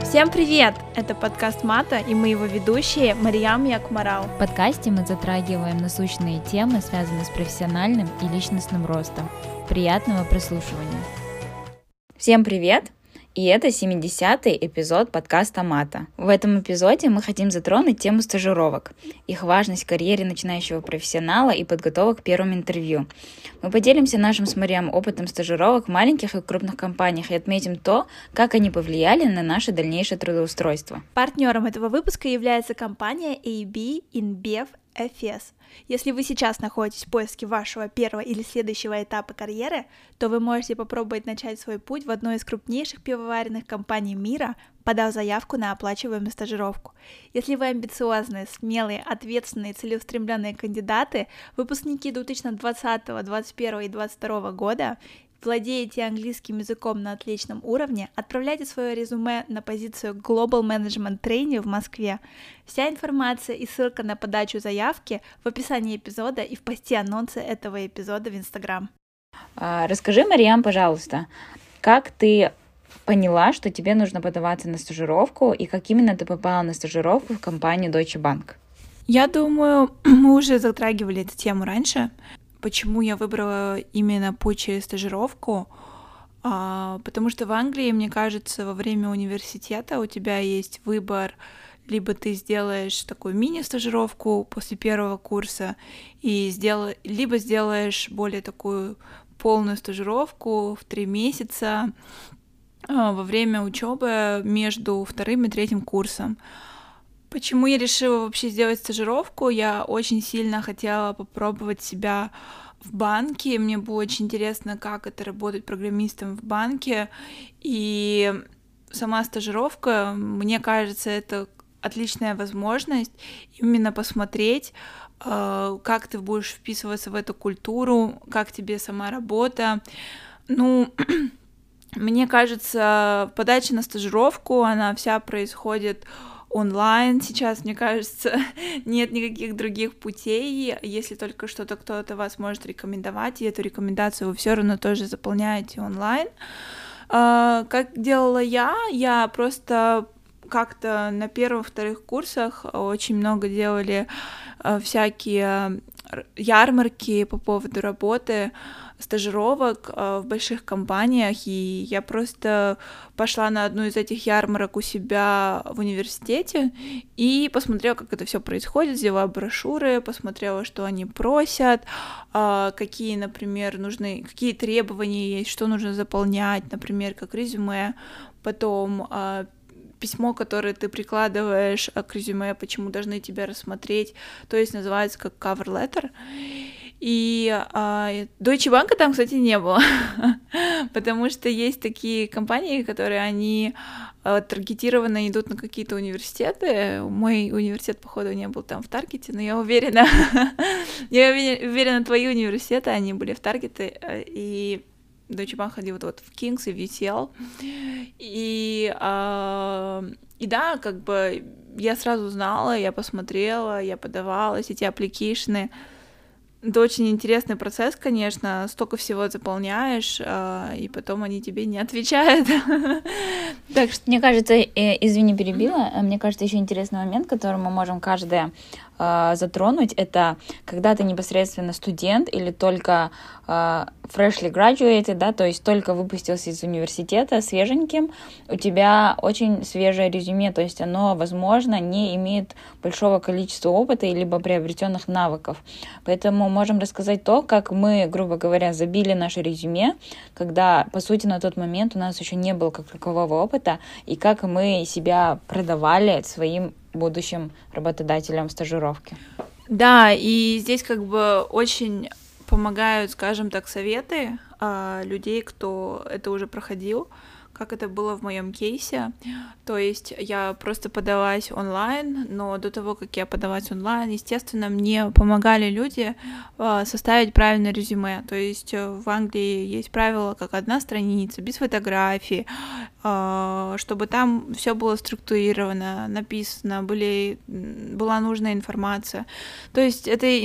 Всем привет! Это подкаст Мата, и мы его ведущие Мариам и Акмарал. В подкасте мы затрагиваем насущные темы, связанные с профессиональным и личностным ростом. Приятного прослушивания! Всем привет! И это 70-й эпизод подкаста Мата. В этом эпизоде мы хотим затронуть тему стажировок, их важность в карьере начинающего профессионала и подготовок к первому интервью. Мы поделимся нашим с Мариам опытом стажировок в маленьких и крупных компаниях и отметим то, как они повлияли на наше дальнейшее трудоустройство. Партнером этого выпуска является компания AB InBev FS. Если вы сейчас находитесь в поиске вашего первого или следующего этапа карьеры, то вы можете попробовать начать свой путь в одной из крупнейших пивоваренных компаний мира, подав заявку на оплачиваемую стажировку. Если вы амбициозные, смелые, ответственные, целеустремленные кандидаты, выпускники 2020, 2021 и 2022 года, владеете английским языком на отличном уровне, отправляйте свое резюме на позицию Global Management Trainee в Москве. Вся информация и ссылка на подачу заявки в описании эпизода и в посте анонса этого эпизода в Instagram. Расскажи, Мариам, пожалуйста, как ты поняла, что тебе нужно подаваться на стажировку, и как именно ты попала на стажировку в компанию Deutsche Bank? Я думаю, мы уже затрагивали эту тему раньше. Почему я выбрала именно путь через стажировку? Потому что в Англии, мне кажется, во время университета у тебя есть выбор, либо ты сделаешь такую мини-стажировку после первого курса, либо сделаешь более такую полную стажировку в 3 месяца во время учебы между 2-м и 3-м курсом. Почему я решила вообще сделать стажировку? Я очень сильно хотела попробовать себя в банке. Мне было очень интересно, как это работать программистом в банке. И сама стажировка, мне кажется, это отличная возможность именно посмотреть, как ты будешь вписываться в эту культуру, как тебе сама работа. Мне кажется, подача на стажировку, она вся происходит онлайн. Сейчас, мне кажется, нет никаких других путей, если только что-то кто-то вас может рекомендовать, и эту рекомендацию вы все равно тоже заполняете онлайн. Как делала я просто как-то на 1-2 курсах очень много делали всякие ярмарки по поводу работы, стажировок в больших компаниях, и я просто пошла на одну из этих ярмарок у себя в университете и посмотрела, как это все происходит, взяла брошюры, посмотрела, что они просят, какие, например, какие требования есть, что нужно заполнять, например, как резюме, потом письмо, которое ты прикладываешь к резюме, почему должны тебя рассмотреть, то есть называется как cover letter. И Deutsche Bank там, кстати, не было, потому что есть такие компании, которые они таргетированно идут на какие-то университеты. Мой университет, походу, не был там в таргете, но я уверена, твои университеты, они были в таргете, и Deutsche Bank ходил вот в King's и в UCL. И да, как бы я сразу знала, я посмотрела, я подавалась, эти аппликейшны. Это очень интересный процесс, конечно, столько всего заполняешь, и потом они тебе не отвечают. Так что, мне кажется, извини, перебила, мне кажется, еще интересный момент, который мы можем каждая затронуть, это когда ты непосредственно студент или только freshly graduated, да, то есть только выпустился из университета свеженьким, у тебя очень свежее резюме, то есть оно, возможно, не имеет большого количества опыта либо приобретенных навыков. Поэтому можем рассказать то, как мы, грубо говоря, забили наше резюме, когда, по сути, на тот момент у нас еще не было как такового опыта, и как мы себя продавали своим будущим работодателям в стажировке. Да, и здесь как бы очень помогают, скажем так, советы людей, кто это уже проходил, как это было в моем кейсе. То есть я просто подалась онлайн, но до того, как я подалась онлайн, естественно, мне помогали люди составить правильное резюме. То есть в Англии есть правило, как 1 страница, без фотографий, чтобы там все было структурировано, написано, была нужная информация. То есть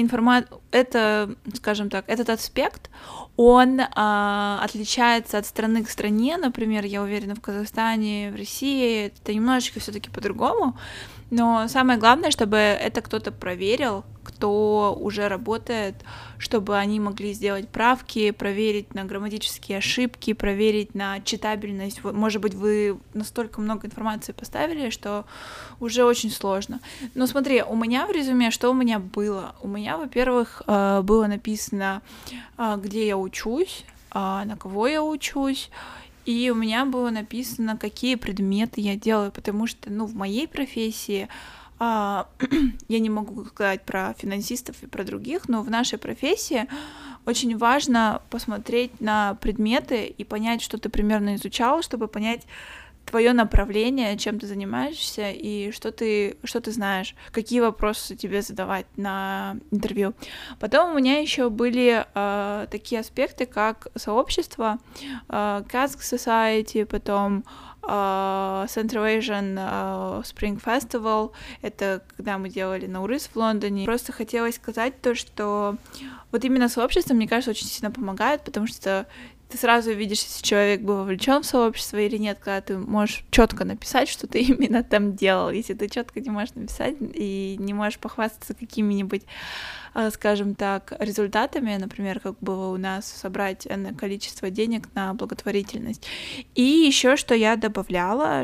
скажем так, этот аспект, он отличается от страны к стране. Например, я уверена, в Казахстане, в России это немножечко все-таки по-другому. Но самое главное, чтобы это кто-то проверил, кто уже работает, чтобы они могли сделать правки, проверить на грамматические ошибки, проверить на читабельность. Может быть, вы настолько много информации поставили, что уже очень сложно. Но смотри, у меня в резюме, что у меня было? У меня, во-первых, было написано, где я учусь, на кого я учусь, и у меня было написано, какие предметы я делаю, потому что, в моей профессии я не могу сказать про финансистов и про других, но в нашей профессии очень важно посмотреть на предметы и понять, что ты примерно изучал, чтобы понять твое направление, чем ты занимаешься и что ты знаешь, какие вопросы тебе задавать на интервью. Потом у меня еще были такие аспекты, как сообщество, Kazakh Society, потом Central Asian Spring Festival, это когда мы делали Наурыз в Лондоне. Просто хотелось сказать то, что вот именно сообщество, мне кажется, очень сильно помогает, потому что ты сразу видишь, если человек был вовлечен в сообщество или нет, когда ты можешь четко написать, что ты именно там делал. Если ты четко не можешь написать и не можешь похвастаться какими-нибудь, скажем так, результатами, например, как было у нас собрать количество денег на благотворительность. И еще что я добавляла,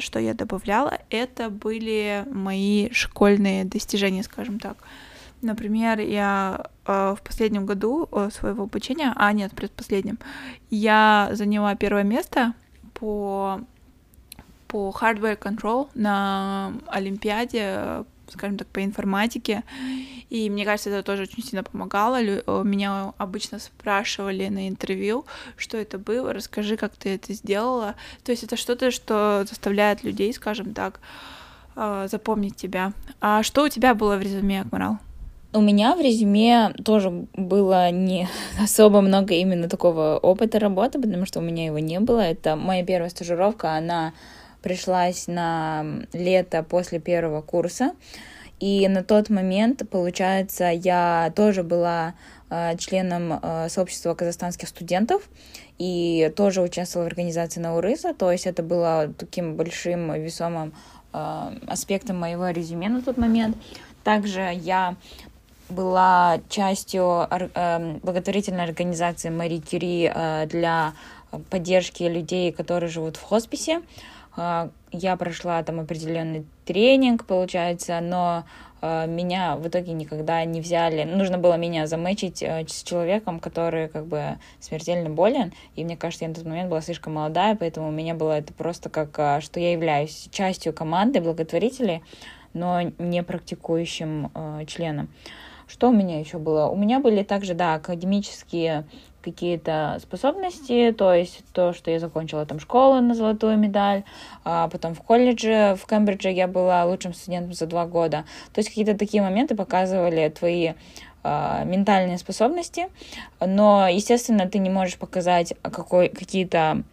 это были мои школьные достижения, скажем так. Например, я в последнем году своего обучения, предпоследнем, я заняла первое место по hardware control на Олимпиаде, скажем так, по информатике, и мне кажется, это тоже очень сильно помогало. Меня обычно спрашивали на интервью, что это было, расскажи, как ты это сделала. То есть это что-то, что заставляет людей, скажем так, запомнить тебя. А что у тебя было в резюме, Акмарал? У меня в резюме тоже было не особо много именно такого опыта работы, потому что у меня его не было. Это моя первая стажировка, она пришлась на лето после первого курса. И на тот момент, получается, я тоже была членом сообщества казахстанских студентов и тоже участвовала в организации Наурыза. То есть это было таким большим весомым аспектом моего резюме на тот момент. Также я была частью благотворительной организации Мари Кюри для поддержки людей, которые живут в хосписе. Я прошла там определенный тренинг, получается, но меня в итоге никогда не взяли. Нужно было меня заметчить с человеком, который как бы смертельно болен, и мне кажется, я на тот момент была слишком молодая, поэтому у меня было это просто как, что я являюсь частью команды благотворителей, но не практикующим членом. Что у меня еще было? У меня были также, академические какие-то способности, то есть то, что я закончила там школу на золотую медаль, а потом в колледже, в Кембридже я была лучшим студентом за 2 года. То есть какие-то такие моменты показывали твои ментальные способности, но, естественно, ты не можешь показать какую-то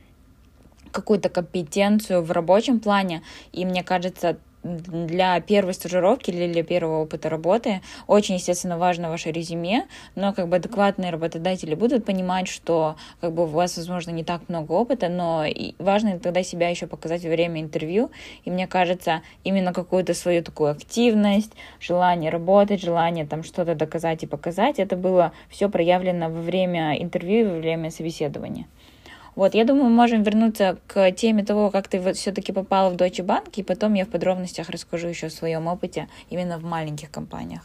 компетенцию в рабочем плане, и мне кажется, для первой стажировки или для первого опыта работы очень, естественно, важно ваше резюме, но как бы адекватные работодатели будут понимать, что как бы у вас, возможно, не так много опыта, но и важно тогда себя еще показать во время интервью, и мне кажется, именно какую-то свою такую активность, желание работать, желание там что-то доказать и показать, это было все проявлено во время интервью и во время собеседования. Вот, я думаю, мы можем вернуться к теме того, как ты все-таки попала в Deutsche Bank, и потом я в подробностях расскажу еще о своем опыте именно в маленьких компаниях.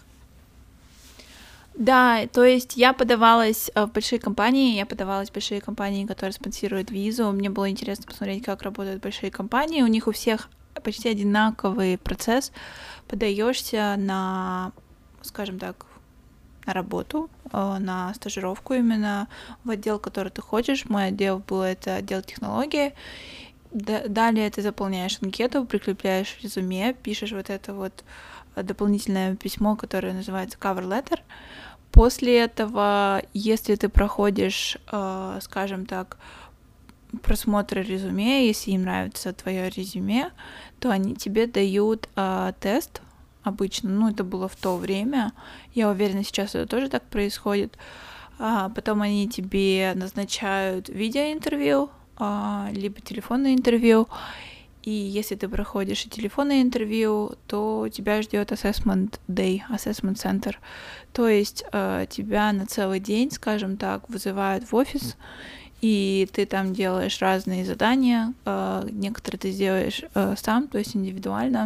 Да, то есть я подавалась в большие компании, которые спонсируют визу. Мне было интересно посмотреть, как работают большие компании. У них у всех почти одинаковый процесс. Подаешься на, скажем так, на работу, на стажировку именно в отдел, который ты хочешь. Мой отдел был это отдел технологии. Далее ты заполняешь анкету, прикрепляешь резюме, пишешь вот это вот дополнительное письмо, которое называется cover letter. После этого, если ты проходишь, скажем так, просмотра резюме, если им нравится твое резюме, то они тебе дают тест обычно, это было в то время, я уверена, сейчас это тоже так происходит. Потом они тебе назначают видеоинтервью, либо телефонное интервью, и если ты проходишь и телефонное интервью, то тебя ждет assessment day, assessment center, то есть тебя на целый день, скажем так, вызывают в офис, и ты там делаешь разные задания, некоторые ты сделаешь сам, то есть индивидуально,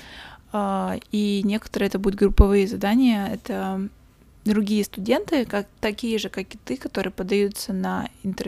и некоторые это будут групповые задания, это другие студенты, такие же, как и ты, которые подаются на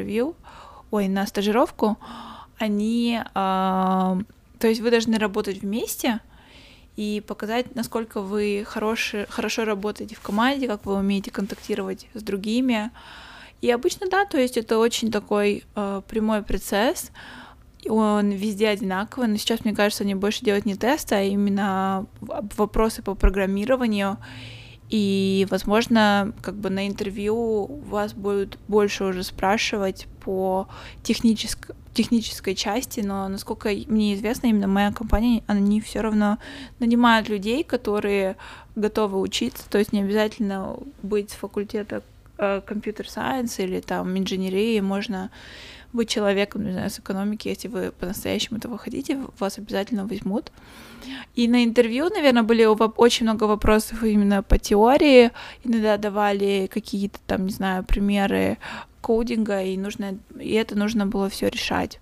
на стажировку, они, то есть вы должны работать вместе и показать, насколько вы хорошо работаете в команде, как вы умеете контактировать с другими. И обычно, да, то есть это очень такой прямой процесс, он везде одинаковый, но сейчас, мне кажется, они больше делают не тесты, а именно вопросы по программированию. И, возможно, на интервью вас будут больше уже спрашивать по технической части, но, насколько мне известно, именно моя компания, они все равно нанимают людей, которые готовы учиться, то есть не обязательно быть с факультета компьютер сайенс или там инженерии, можно быть человеком, не знаю, с экономики, если вы по-настоящему этого хотите, вас обязательно возьмут. И на интервью, наверное, были очень много вопросов именно по теории, иногда давали какие-то там, не знаю, примеры кодинга, и это нужно было все решать.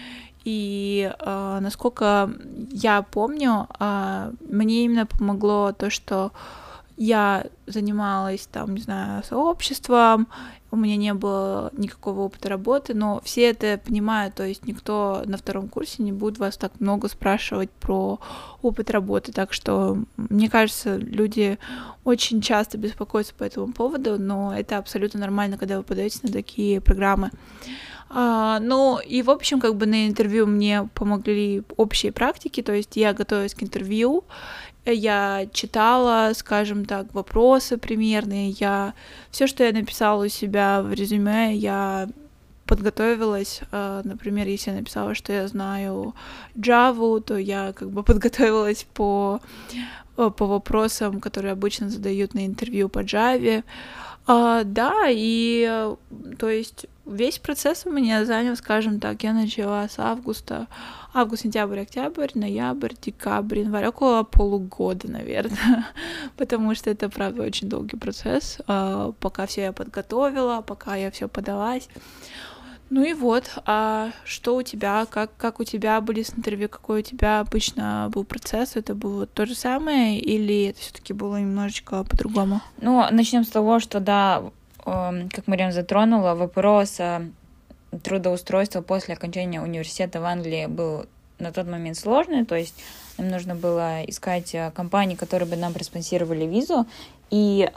И насколько я помню, мне именно помогло то, что я занималась там, не знаю, сообществом, у меня не было никакого опыта работы, но все это понимают, то есть никто на втором курсе не будет вас так много спрашивать про опыт работы, так что, мне кажется, люди очень часто беспокоятся по этому поводу, но это абсолютно нормально, когда вы подаетесь на такие программы. И, в общем, на интервью мне помогли общие практики, то есть я готовилась к интервью, я читала, скажем так, вопросы примерные, все, что я написала у себя в резюме, я подготовилась, например, если я написала, что я знаю Java, то я подготовилась по вопросам, которые обычно задают на интервью по Java. Да, и то есть весь процесс у меня занял, скажем так, я начала с август, сентябрь, октябрь, ноябрь, декабрь, январь, около полугода, наверное, потому что это, правда, очень долгий процесс, пока все я подготовила, пока я все подалась. Ну и вот, что у тебя, как у тебя были с интервью, какой у тебя обычно был процесс, это было то же самое или это все-таки было немножечко по-другому? Начнем с того, что да, как Марьям затронула, вопрос трудоустройства после окончания университета в Англии был на тот момент сложный, то есть нам нужно было искать компании, которые бы нам проспонсировали визу, и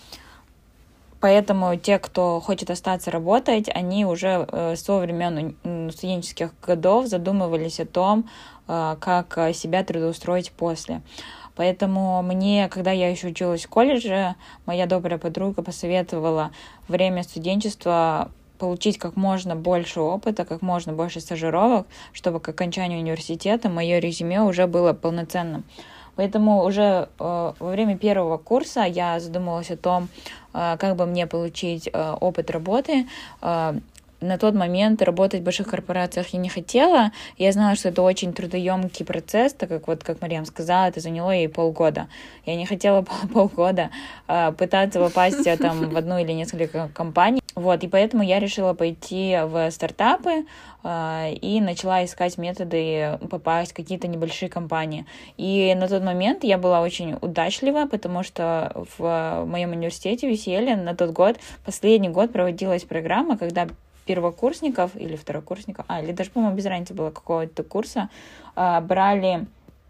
поэтому те, кто хочет остаться работать, они уже со времен студенческих годов задумывались о том, как себя трудоустроить после. Поэтому мне, когда я еще училась в колледже, моя добрая подруга посоветовала время студенчества получить как можно больше опыта, как можно больше стажировок, чтобы к окончанию университета мое резюме уже было полноценным. Поэтому уже во время первого курса я задумалась о том, как бы мне получить опыт работы. На тот момент работать в больших корпорациях я не хотела. Я знала, что это очень трудоемкий процесс, так как Марьям сказала, это заняло ей полгода. Я не хотела полгода пытаться попасть в одну или несколько компаний. И поэтому я решила пойти в стартапы и начала искать методы попасть в какие-то небольшие компании. И на тот момент я была очень удачлива, потому что в моем университете в UCL на тот год, последний год, проводилась программа, когда первокурсников или второкурсников, или даже, по-моему, без разницы было какого-то курса, брали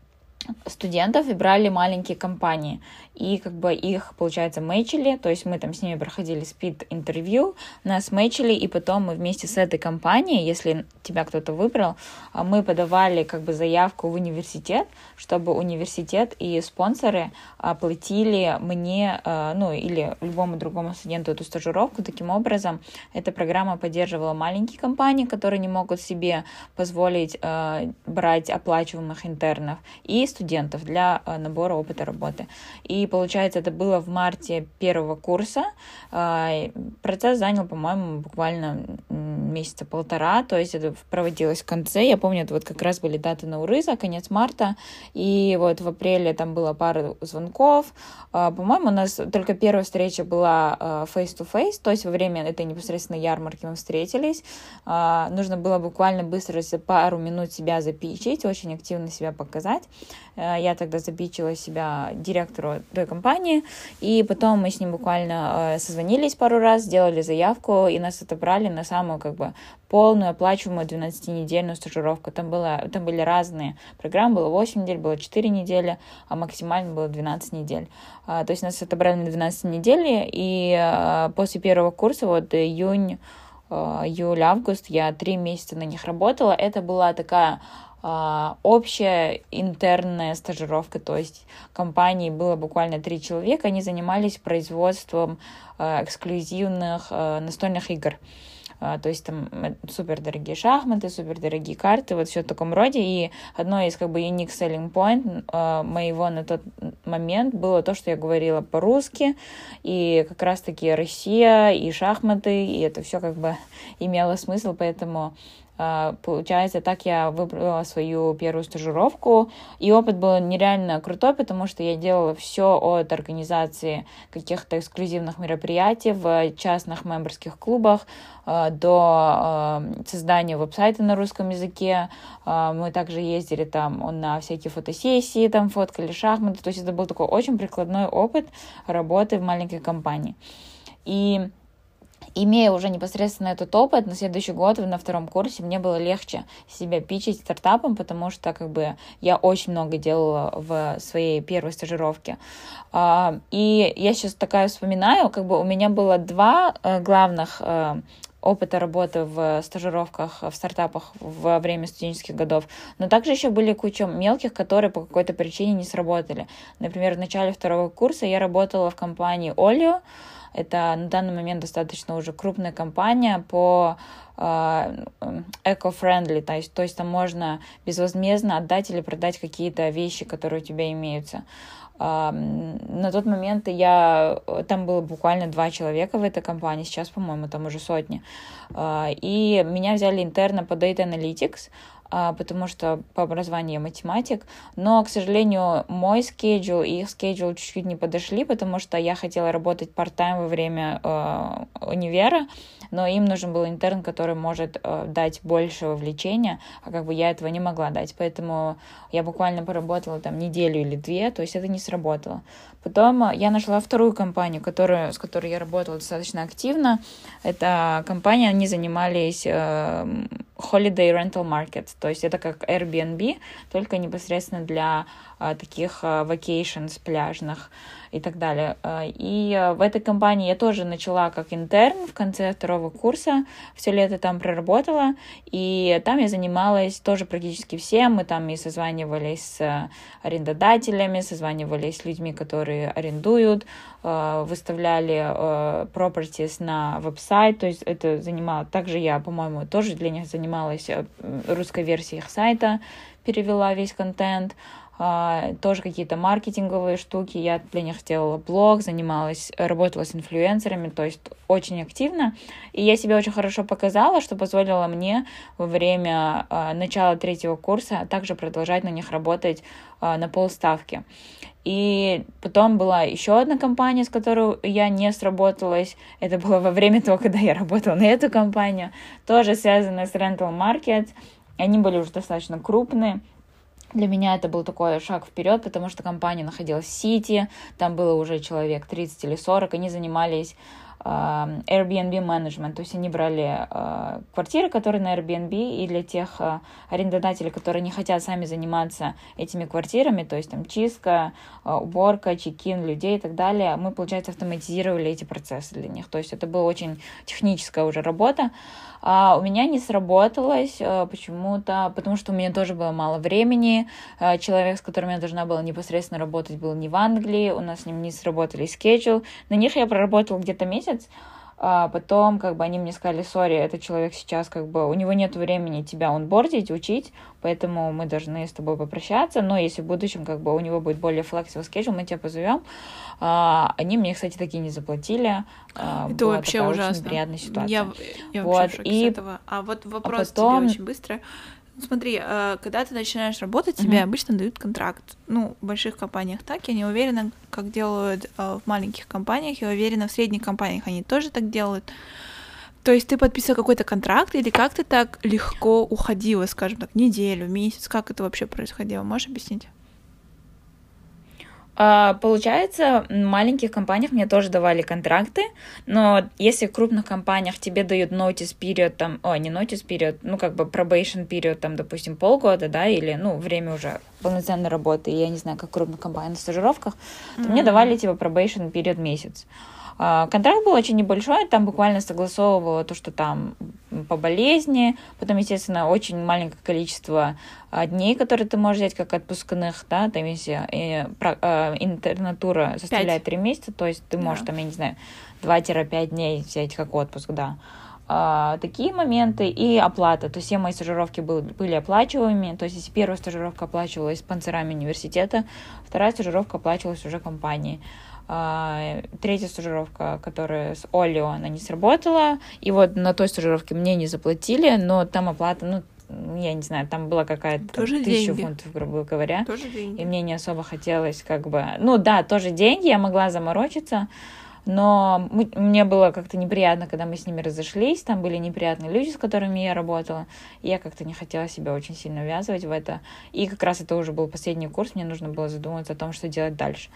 студентов и брали маленькие компании. И как бы их, получается, мэчили, то есть мы там с ними проходили спид-интервью, нас мэчили, и потом мы вместе с этой компанией, если тебя кто-то выбрал, мы подавали как бы заявку в университет, чтобы университет и спонсоры оплатили мне, ну, или любому другому студенту эту стажировку. Таким образом, эта программа поддерживала маленькие компании, которые не могут себе позволить брать оплачиваемых интернов, и студентов для набора опыта работы. И получается, это было в марте первого курса. Процесс занял, по-моему, буквально месяца полтора, то есть это проводилось в конце. Я помню, это вот как раз были даты Наурыза, конец марта, и вот в апреле там было пара звонков. По-моему, у нас только первая встреча была face-to-face, то есть во время этой непосредственно ярмарки мы встретились. Нужно было буквально быстро за пару минут себя запичить, очень активно себя показать. Я тогда запичила себя директору той компании, и потом мы с ним буквально созвонились пару раз, сделали заявку, и нас отобрали на самую как бы полную оплачиваемую 12-недельную стажировку. Там были разные программы, было 8 недель, было 4 недели, а максимально было 12 недель. То есть нас отобрали на 12 недель, и после первого курса, вот июль, август, я 3 месяца на них работала. Это была такая общая интернная стажировка, то есть в компании было буквально 3 человека, они занимались производством эксклюзивных настольных игр. То есть там супердорогие шахматы, супердорогие карты, вот все в таком роде. И одно из как бы unique selling point моего на тот момент было то, что я говорила по-русски, и как раз-таки Россия, и шахматы, и это все как бы имело смысл, поэтому получается, так я выбрала свою первую стажировку, и опыт был нереально крутой, потому что я делала все от организации каких-то эксклюзивных мероприятий в частных мемберских клубах до создания веб-сайта на русском языке. Мы также ездили там на всякие фотосессии, там фоткали шахматы, то есть это был такой очень прикладной опыт работы в маленькой компании. И имея уже непосредственно этот опыт, на следующий год, на 2 курсе, мне было легче себя питчить стартапом, потому что как бы я очень много делала в своей первой стажировке. И я сейчас такая вспоминаю, как бы у меня было 2 главных опыта работы в стажировках, в стартапах во время студенческих годов, но также еще были куча мелких, которые по какой-то причине не сработали. Например, в начале 2 курса я работала в компании Olio. Это на данный момент достаточно уже крупная компания по eco-friendly, то есть там можно безвозмездно отдать или продать какие-то вещи, которые у тебя имеются. На тот момент там было буквально 2 человека в этой компании, сейчас, по-моему, там уже сотни. И меня взяли интерна по Data Analytics, потому что по образованию я математик, но, к сожалению, мой schedule и их schedule чуть-чуть не подошли, потому что я хотела работать part-time во время универа, но им нужен был интерн, который может дать больше вовлечения, а как бы я этого не могла дать, поэтому я буквально поработала там неделю или 2, то есть это не сработало. Потом я нашла вторую компанию, с которой я работала достаточно активно. Эта компания, они занимались holiday rental market, то есть это как Airbnb, только непосредственно для таких vacations пляжных и так далее. И в этой компании я тоже начала как интерн в конце 2 курса, все лето там проработала, и там я занималась тоже практически всем. Мы там и созванивались с арендодателями, созванивались с людьми, которые арендуют, выставляли properties на веб-сайт, то есть это занимало, также я, по-моему, тоже для них занималась русской версией их сайта, перевела весь контент, тоже какие-то маркетинговые штуки, я для них делала блог, работала с инфлюенсерами, то есть очень активно, и я себя очень хорошо показала, что позволило мне во время начала 3 курса также продолжать на них работать на полставки. И потом была еще одна компания, с которой я не сработалась. Это было во время того, когда я работала на эту компанию, тоже связанная с rental market. Они были уже достаточно крупные. Для меня это был такой шаг вперед, потому что компания находилась в Сити, там было уже человек 30 или 40, они занимались Airbnb management, то есть они брали квартиры, которые на Airbnb, и для тех арендодателей, которые не хотят сами заниматься этими квартирами, то есть там чистка, уборка, чек-ин людей и так далее, мы, получается, автоматизировали эти процессы для них, то есть это была очень техническая уже работа. У меня не сработалось почему-то, потому что у меня тоже было мало времени. Человек, с которым я должна была непосредственно работать, был не в Англии, у нас с ним не сработали schedule. На них я проработала где-то месяц, потом как бы они мне сказали: сори, этот человек сейчас как бы, у него нет времени тебя онбордить, учить, поэтому мы должны с тобой попрощаться, но если в будущем как бы у него будет более flexible schedule, мы тебя позовем. Они мне, кстати, такие не заплатили. Это была вообще такая ужасно. очень неприятная ситуация. Я Вот, вообще в шоке и с этого. А вот вопрос потом... тебе очень быстро. Смотри, когда ты начинаешь работать, тебе обычно дают контракт. Ну, в больших компаниях так, я не уверена, как делают в маленьких компаниях, я уверена, в средних компаниях они тоже так делают. То есть ты подписал какой-то контракт, или как ты так легко уходила, скажем так, неделю, месяц, как это вообще происходило? Можешь объяснить? Получается, в маленьких компаниях мне тоже давали контракты, но если в крупных компаниях тебе дают notice period, там, не notice period, ну, как бы probation period, там, допустим, полгода, да, или, ну, время уже полноценной работы, я не знаю, как в крупных компаниях на стажировках, то мне давали, типа, probation period месяц. Контракт был очень небольшой, там буквально согласовывало то, что там по болезни, потом, естественно, очень маленькое количество дней, которые ты можешь взять как отпускных, да, там если интернатура составляет 3 месяца, то есть ты можешь, там, я не знаю, 2-5 дней взять как отпуск, да. Такие моменты и оплата, то есть все мои стажировки были оплачиваемыми, то есть если первая стажировка оплачивалась спонсорами университета, вторая стажировка оплачивалась уже компанией. Третья стажировка, которая с Олио, она не сработала, и вот на той стажировке мне не заплатили, но там оплата, ну, я не знаю, там была какая-то 1000 фунтов, грубо говоря, Тоже деньги. И мне не особо хотелось как бы, ну да, тоже деньги, я могла заморочиться, но мне было как-то неприятно, когда мы с ними разошлись, там были неприятные люди, с которыми я работала, и я как-то не хотела себя очень сильно ввязывать в это, и как раз это уже был последний курс, мне нужно было задуматься о том, что делать дальше.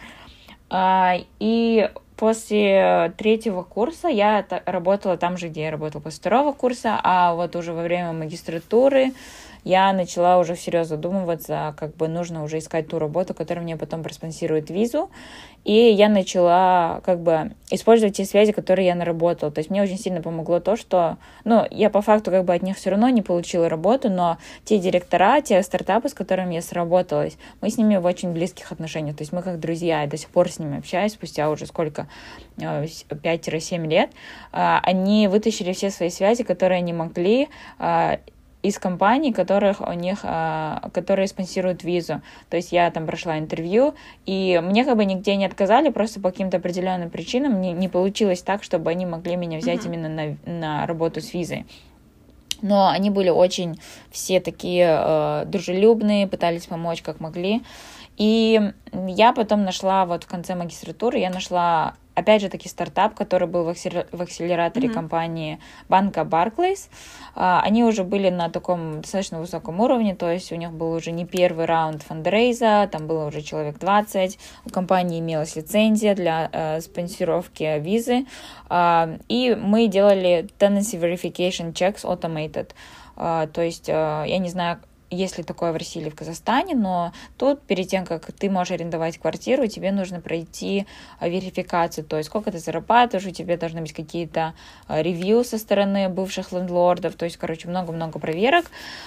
И после 3-го курса я работала там же, где я работала после 2-го курса, а вот уже во время магистратуры я начала уже всерьез задумываться, как бы нужно уже искать ту работу, которая мне потом проспонсирует визу, и я начала как бы использовать те связи, которые я наработала. То есть мне очень сильно помогло то, что, ну, я по факту как бы от них все равно не получила работу, но те директора, те стартапы, с которыми я сработалась, мы с ними в очень близких отношениях. То есть мы как друзья, я до сих пор с ними общаюсь, спустя уже сколько, 5-7 лет. Они вытащили все свои связи, которые они могли, из компаний, которые спонсируют визу. То есть я там прошла интервью, и мне как бы нигде не отказали, просто по каким-то определенным причинам не получилось так, чтобы они могли меня взять именно на работу с визой. Но они были очень все такие дружелюбные, пытались помочь как могли. И я потом нашла, вот в конце магистратуры, я нашла, опять же таки, стартап, который был в акселераторе компании банка Barclays. Они уже были на таком достаточно высоком уровне, то есть у них был уже не первый раунд фандрейза, там было уже человек 20, у компании имелась лицензия для спонсировки визы, и мы делали tenancy verification checks automated, то есть я не знаю, есть ли такое в России или в Казахстане, но тут перед тем, как ты можешь арендовать квартиру, тебе нужно пройти верификацию, то есть сколько ты зарабатываешь, у тебя должны быть какие-то ревью со стороны бывших лендлордов, то есть, короче, много-много проверок,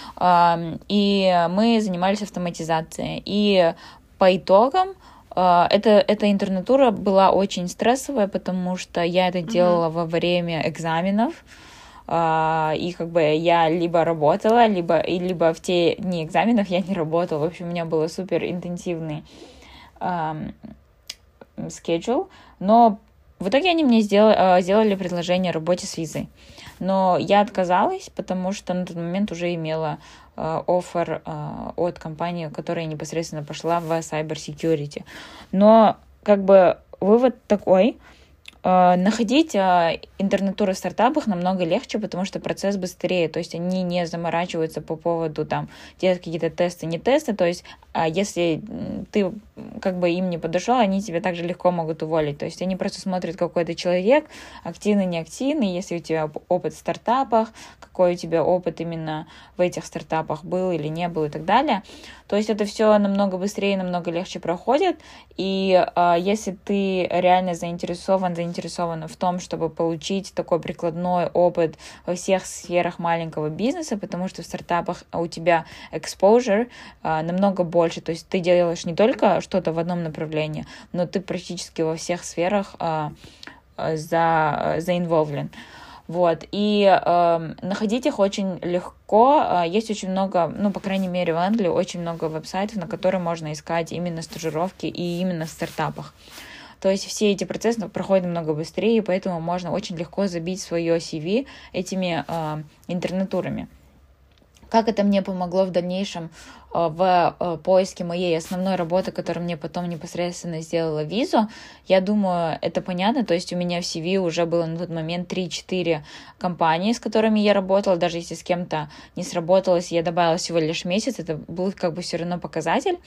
и мы занимались автоматизацией, и по итогам эта интернатура была очень стрессовая, потому что я это делала во время экзаменов, и как бы я либо работала, либо в те дни экзаменов я не работала. В общем, у меня был супер интенсивный schedule, но в итоге они мне сделали предложение о работе с визой. Но я отказалась, потому что на тот момент уже имела оффер от компании, которая непосредственно пошла в cyber security. Но как бы вывод такой: находить интернатуру в стартапах намного легче, потому что процесс быстрее, то есть они не заморачиваются по поводу там делать какие-то тесты, не тесты, то есть если ты как бы им не подошел, они тебя также легко могут уволить, то есть они просто смотрят, какой ты человек, активный, неактивный, если у тебя опыт в стартапах, какой у тебя опыт именно в этих стартапах был или не был и так далее, то есть это все намного быстрее, намного легче проходит, и если ты реально заинтересована в том, чтобы получить такой прикладной опыт во всех сферах маленького бизнеса, потому что в стартапах у тебя exposure намного больше, то есть ты делаешь не только что-то в одном направлении, но ты практически во всех сферах заинволвлен. Вот, и находить их очень легко, есть очень много, ну, по крайней мере, в Англии очень много веб-сайтов, на которые можно искать именно стажировки и именно в стартапах. То есть все эти процессы проходят намного быстрее, поэтому можно очень легко забить свое CV этими интернатурами. Как это мне помогло в дальнейшем в поиске моей основной работы, которая мне потом непосредственно сделала визу, я думаю, это понятно, то есть у меня в CV уже было на тот момент 3-4 компании, с которыми я работала, даже если с кем-то не сработалось, я добавила всего лишь месяц, это был как бы все равно показатель,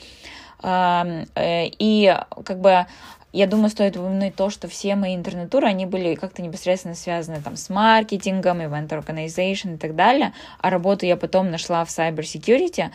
и как бы я думаю, стоит упомянуть то, что все мои интернатуры, они были как-то непосредственно связаны там с маркетингом, event organization и так далее, а работу я потом нашла в cyber security,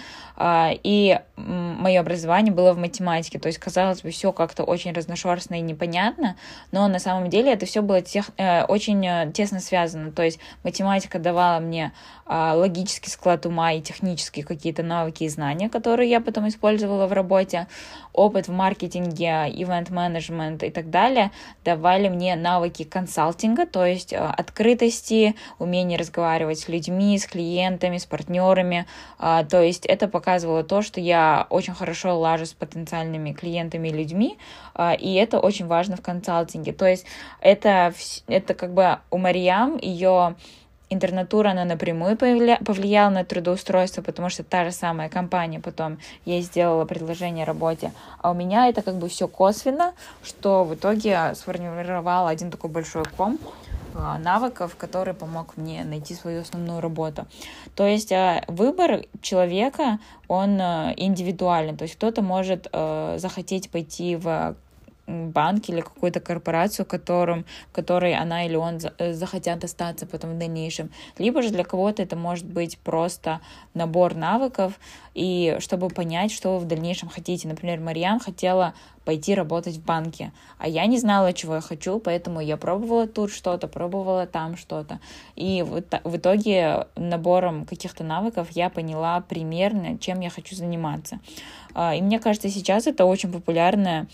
и мое образование было в математике, то есть, казалось бы, все как-то очень разношерстно и непонятно, но на самом деле это все было очень тесно связано, то есть математика давала мне логический склад ума и технические какие-то навыки и знания, которые я потом использовала в работе, опыт в маркетинге, ивент-менеджмент и так далее давали мне навыки консалтинга, то есть открытости, умение разговаривать с людьми, с клиентами, с партнерами, то есть это показывало то, что я очень хорошо лажу с потенциальными клиентами и людьми, и это очень важно в консалтинге, то есть это как бы у Мариам, ее интернатура, она напрямую повлияла на трудоустройство, потому что та же самая компания потом ей сделала предложение о работе, а у меня это как бы все косвенно, что в итоге сформировало один такой большой ком навыков, который помог мне найти свою основную работу. То есть выбор человека, он индивидуален, то есть кто-то может захотеть пойти в банк или какую-то корпорацию, которой она или он захотят остаться потом в дальнейшем. Либо же для кого-то это может быть просто набор навыков, и чтобы понять, что вы в дальнейшем хотите. Например, Марьям хотела пойти работать в банке, а я не знала, чего я хочу, поэтому я пробовала тут что-то, пробовала там что-то. И в итоге набором каких-то навыков я поняла примерно, чем я хочу заниматься. И мне кажется, сейчас это очень популярная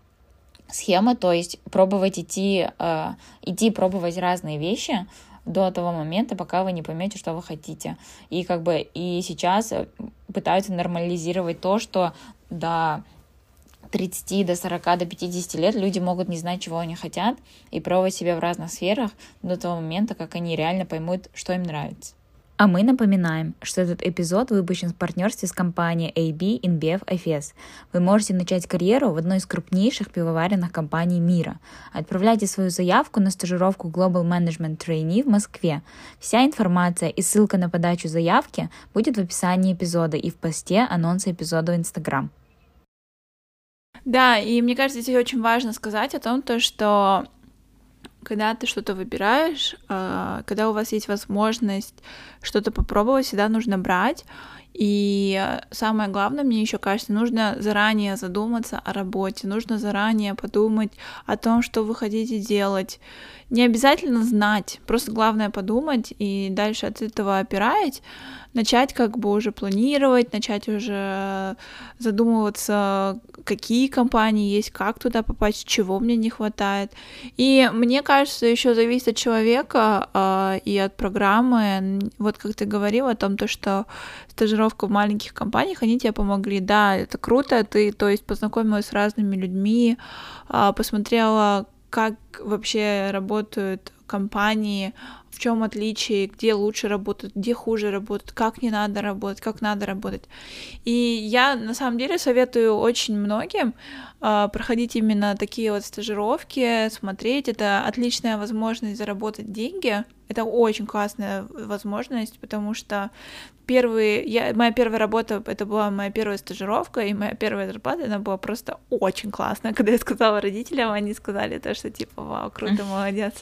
схема, то есть пробовать идти пробовать разные вещи до того момента, пока вы не поймете, что вы хотите. И как бы и сейчас пытаются нормализировать то, что до 30, до 40, до 50 лет люди могут не знать, чего они хотят, и пробовать себя в разных сферах до того момента, как они реально поймут, что им нравится. А мы напоминаем, что этот эпизод выпущен в партнерстве с компанией AB InBev IFS. Вы можете начать карьеру в одной из крупнейших пивоваренных компаний мира. Отправляйте свою заявку на стажировку Global Management Trainee в Москве. Вся информация и ссылка на подачу заявки будет в описании эпизода и в посте анонса эпизода в Instagram. Да, и мне кажется, здесь очень важно сказать о том, что когда ты что-то выбираешь, когда у вас есть возможность что-то попробовать, всегда нужно брать. И самое главное, мне еще кажется, нужно заранее задуматься о работе, нужно заранее подумать о том, что вы хотите делать. Не обязательно знать, просто главное подумать и дальше от этого опираясь, начать как бы уже планировать, начать уже задумываться, какие компании есть, как туда попасть, чего мне не хватает. И мне кажется, еще зависит от человека и от программы. Вот как ты говорила о том, что стажировка в маленьких компаниях, они тебе помогли. Да, это круто, ты, то есть, познакомилась с разными людьми, посмотрела, как вообще работают компании, в чем отличие, где лучше работать, где хуже работать, как не надо работать, как надо работать. И я на самом деле советую очень многим проходить именно такие вот стажировки, смотреть. Это отличная возможность заработать деньги. Это очень классная возможность, потому что моя первая работа, это была моя первая стажировка, и моя первая зарплата, она была просто очень классная. Когда я сказала родителям, они сказали то, что типа, вау, круто, молодец.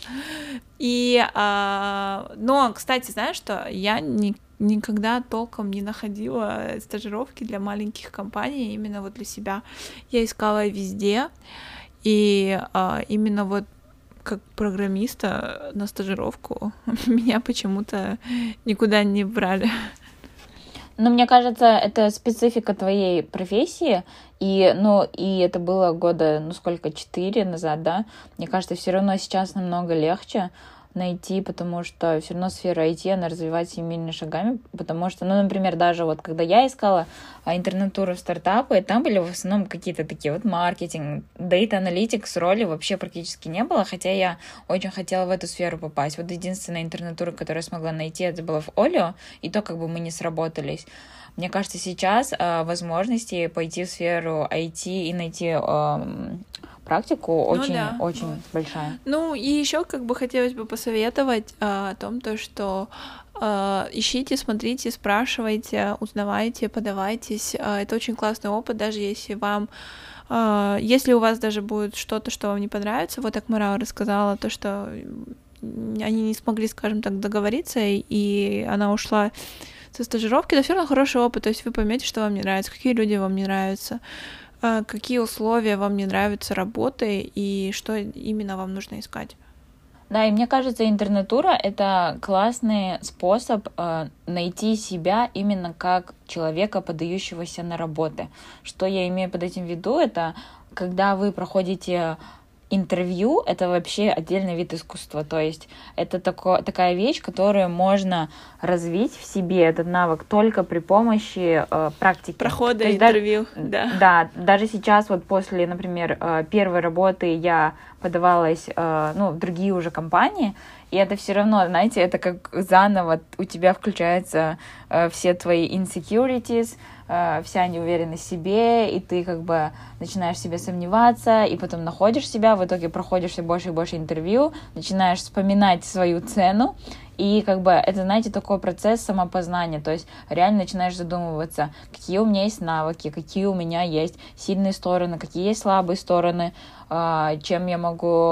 Но, кстати, знаешь что, я никогда толком не находила стажировки для маленьких компаний именно вот для себя. Я искала везде, и именно вот как программиста на стажировку меня почему-то никуда не брали. Ну, мне кажется, это специфика твоей профессии, и это было года, 4 назад, да? Мне кажется, все равно сейчас намного легче найти, потому что все равно сфера IT, она развивается семимильными шагами, потому что, например, даже вот когда я искала интернатуру в стартапы, там были в основном какие-то такие вот маркетинг, data analytics роли вообще практически не было, хотя я очень хотела в эту сферу попасть. Вот единственная интернатура, которую я смогла найти, это была в Олио, и то мы не сработались. Мне кажется, сейчас возможности пойти в сферу IT и найти практику очень большая. Ну и еще хотелось бы посоветовать о том, что ищите, смотрите, спрашивайте, узнавайте, подавайтесь. Это очень классный опыт, даже если у вас даже будет что-то, что вам не понравится, вот как Марала рассказала, то, что они не смогли, скажем так, договориться, и она ушла со стажировки, это все равно хороший опыт, то есть вы поймете, что вам не нравится, какие люди вам не нравятся, какие условия вам не нравятся работы и что именно вам нужно искать. Да, и мне кажется, интернатура — это классный способ найти себя именно как человека, подающегося на работы. Что я имею под этим в виду? Это когда вы проходите интервью, это вообще отдельный вид искусства, то есть это такая вещь, которую можно развить в себе, этот навык, только при помощи практики. Прохода интервью, да. Даже сейчас вот после, например, первой работы я подавалась в другие уже компании, и это все равно, знаете, это как заново у тебя включаются все твои insecurities, вся неуверенность в себе, и ты начинаешь в себе сомневаться, и потом находишь себя, в итоге проходишь все больше и больше интервью, начинаешь вспоминать свою цену, и это, знаете, такой процесс самопознания, то есть реально начинаешь задумываться, какие у меня есть навыки, какие у меня есть сильные стороны, какие есть слабые стороны, чем я могу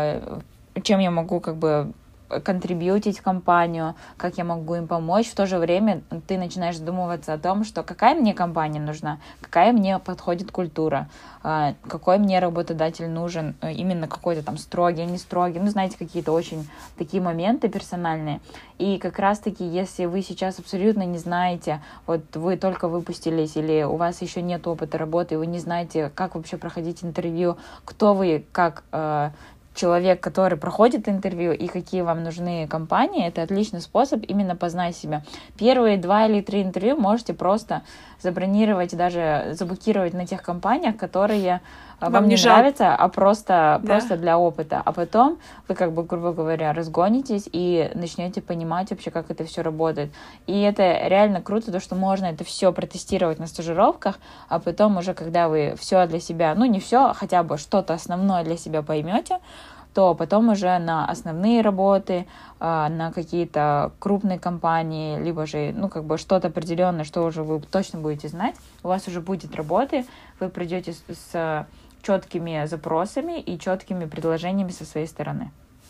контрибьютить в компанию, как я могу им помочь. В то же время ты начинаешь задумываться о том, что какая мне компания нужна, какая мне подходит культура, какой мне работодатель нужен, именно какой-то там строгий, не строгий, знаете, какие-то очень такие моменты персональные. И как раз-таки, если вы сейчас абсолютно не знаете, вот вы только выпустились или у вас еще нет опыта работы, и вы не знаете, как вообще проходить интервью, кто вы как человек, который проходит интервью, и какие вам нужны компании, это отличный способ именно познать себя. Первые 2 или 3 интервью можете просто забронировать, даже заблокировать на тех компаниях, которые вам не нравятся, а просто для опыта. А потом вы, грубо говоря, разгонитесь и начнете понимать вообще, как это все работает. И это реально круто, то, что можно это все протестировать на стажировках, а потом уже, когда вы все для себя, не все, а хотя бы что-то основное для себя поймете, то потом уже на основные работы, на какие-то крупные компании, либо же, что-то определенное, что уже вы точно будете знать, у вас уже будет работы, вы придете с четкими запросами и четкими предложениями со своей стороны.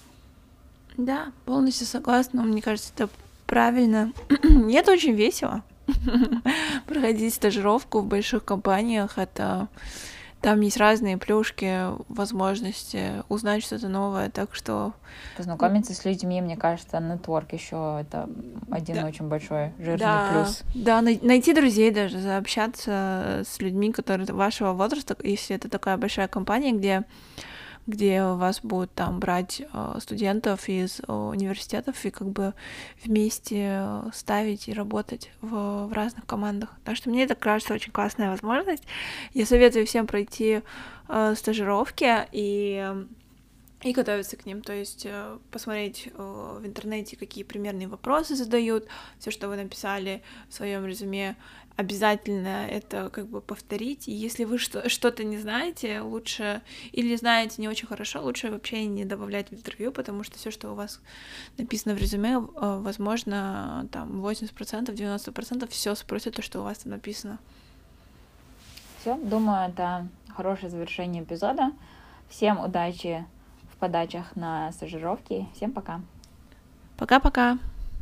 Да, полностью согласна. Мне кажется, это правильно. И это очень весело. Проходить стажировку в больших компаниях, там есть разные плюшки, возможности узнать что-то новое, так что... Познакомиться с людьми, мне кажется, нетворк еще это один очень большой жирный плюс. Да, найти друзей даже, заобщаться с людьми, которые вашего возраста, если это такая большая компания, где вас будут там брать студентов из университетов и вместе ставить и работать в разных командах. Так что мне это кажется очень классная возможность. Я советую всем пройти стажировки, и и готовиться к ним, то есть посмотреть в интернете, какие примерные вопросы задают, все, что вы написали в своем резюме, обязательно это как бы повторить, и если вы что-то не знаете, лучше, или знаете не очень хорошо, лучше вообще не добавлять в интервью, потому что все, что у вас написано в резюме, возможно, там 80%, 90% все спросят то, что у вас там написано. Все, думаю, это хорошее завершение эпизода. Всем удачи в подачах на стажировки. Всем пока. Пока-пока.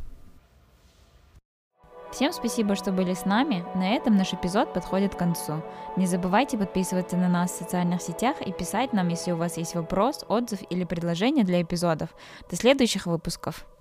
Всем спасибо, что были с нами. На этом наш эпизод подходит к концу. Не забывайте подписываться на нас в социальных сетях и писать нам, если у вас есть вопрос, отзыв или предложение для эпизодов. До следующих выпусков.